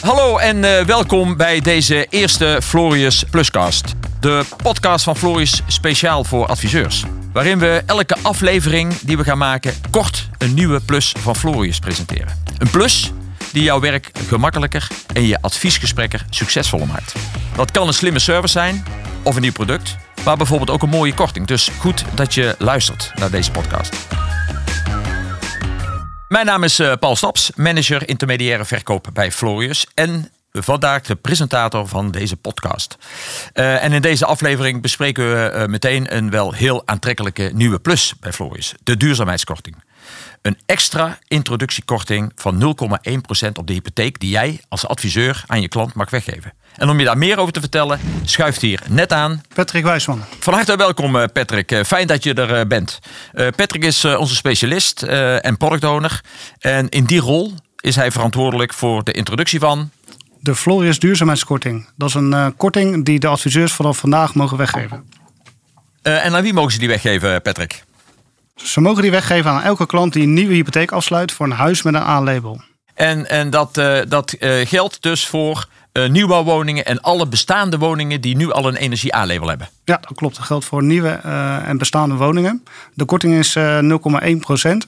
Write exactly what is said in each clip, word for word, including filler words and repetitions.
Hallo en uh, welkom bij deze eerste Florius Pluscast. De podcast van Florius speciaal voor adviseurs. Waarin we elke aflevering die we gaan maken kort een nieuwe plus van Florius presenteren. Een plus die jouw werk gemakkelijker en je adviesgesprekken succesvoller maakt. Dat kan een slimme service zijn of een nieuw product, maar bijvoorbeeld ook een mooie korting. Dus goed dat je luistert naar deze podcast. Mijn naam is Paul Staps, manager intermediaire verkoop bij Florius en vandaag de presentator van deze podcast. Uh, en in deze aflevering bespreken we uh, meteen een wel heel aantrekkelijke nieuwe plus bij Florius. De duurzaamheidskorting. Een extra introductiekorting van nul komma één procent op de hypotheek die jij als adviseur aan je klant mag weggeven. En om je daar meer over te vertellen, schuift hier net aan Patrick Wijsman. Van harte welkom Patrick. Fijn dat je er bent. Uh, Patrick is uh, onze specialist uh, en product owner. En in die rol is hij verantwoordelijk voor de introductie van de Florius duurzaamheidskorting. Dat is een uh, korting die de adviseurs vanaf vandaag mogen weggeven. Uh, en aan wie mogen ze die weggeven, Patrick? Ze mogen die weggeven aan elke klant die een nieuwe hypotheek afsluit voor een huis met een A-label. En, en dat, uh, dat uh, geldt dus voor uh, nieuwbouwwoningen en alle bestaande woningen die nu al een energie A-label hebben? Ja, dat klopt. Dat geldt voor nieuwe uh, en bestaande woningen. De korting is uh, nul komma één procent.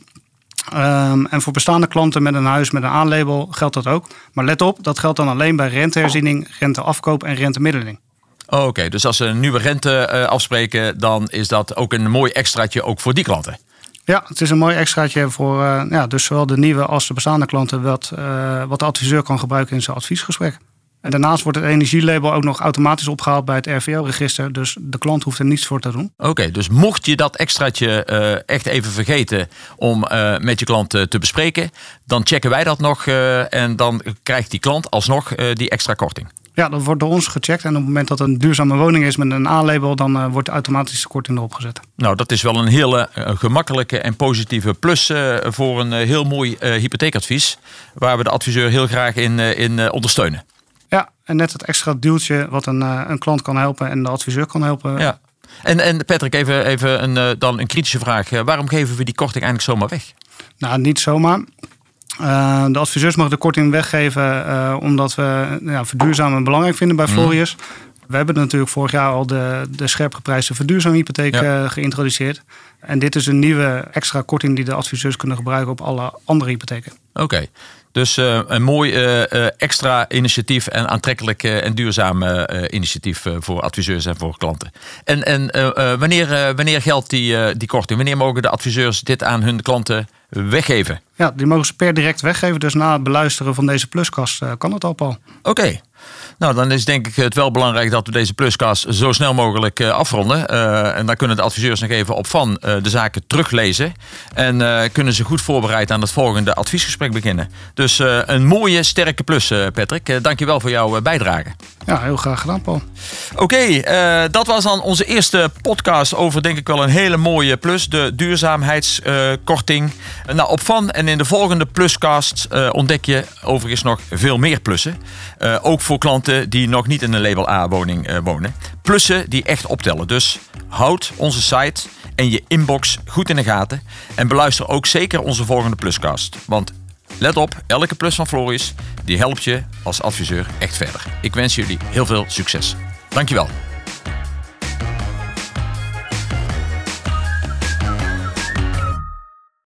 Um, en voor bestaande klanten met een huis met een A-label geldt dat ook. Maar let op, dat geldt dan alleen bij renteherziening, renteafkoop en rentemiddeling. Oh, Oké, okay. Dus als ze een nieuwe rente uh, afspreken, dan is dat ook een mooi extraatje ook voor die klanten? Ja, het is een mooi extraatje voor uh, ja, dus zowel de nieuwe als de bestaande klanten wat, uh, wat de adviseur kan gebruiken in zijn adviesgesprek. En daarnaast wordt het energielabel ook nog automatisch opgehaald bij het R V O-register. Dus de klant hoeft er niets voor te doen. Oké, okay, dus mocht je dat extraatje uh, echt even vergeten om uh, met je klant uh, te bespreken, dan checken wij dat nog uh, en dan krijgt die klant alsnog uh, die extra korting. Ja, dat wordt door ons gecheckt. En op het moment dat het een duurzame woning is met een A-label, dan uh, wordt automatisch de korting erop gezet. Nou, dat is wel een hele uh, gemakkelijke en positieve plus uh, voor een uh, heel mooi uh, hypotheekadvies, waar we de adviseur heel graag in, uh, in uh, ondersteunen. Ja, en net het extra duwtje wat een, uh, een klant kan helpen en de adviseur kan helpen. Ja. En, en Patrick, even, even een, uh, dan een kritische vraag. Uh, waarom geven we die korting eigenlijk zomaar weg? Nou, niet zomaar. Uh, de adviseurs mogen de korting weggeven uh, omdat we uh, ja, verduurzamen belangrijk vinden bij Florius. Mm. We hebben natuurlijk vorig jaar al de, de scherp geprijsde verduurzaamhypotheek ja. uh, geïntroduceerd. En dit is een nieuwe extra korting die de adviseurs kunnen gebruiken op alle andere hypotheken. Oké. Okay. Dus uh, een mooi uh, extra initiatief en aantrekkelijk uh, en duurzaam uh, initiatief uh, voor adviseurs en voor klanten. En, en uh, uh, wanneer, uh, wanneer geldt die, uh, die korting? Wanneer mogen de adviseurs dit aan hun klanten weggeven? Ja, die mogen ze per direct weggeven. Dus na het beluisteren van deze pluskast uh, kan het al, Paul. Oké. Okay. Nou, dan is denk ik het wel belangrijk dat we deze pluskast zo snel mogelijk uh, afronden. Uh, en dan kunnen de adviseurs nog even op van uh, de zaken teruglezen. En uh, kunnen ze goed voorbereid aan het volgende adviesgesprek beginnen. Dus uh, een mooie, sterke plus, uh, Patrick. Uh, Dank je wel voor jouw uh, bijdrage. Ja, heel graag gedaan, Paul. Oké, okay, uh, dat was dan onze eerste podcast over denk ik wel een hele mooie plus. De duurzaamheidskorting. Uh, nou, op van en in de volgende pluscast uh, ontdek je overigens nog veel meer plussen. Uh, ook voor klanten die nog niet in een label A-woning uh, wonen. Plussen die echt optellen. Dus houd onze site en je inbox goed in de gaten. En beluister ook zeker onze volgende pluscast. Want let op, elke plus van Florius die helpt je als adviseur echt verder. Ik wens jullie heel veel succes. Dankjewel.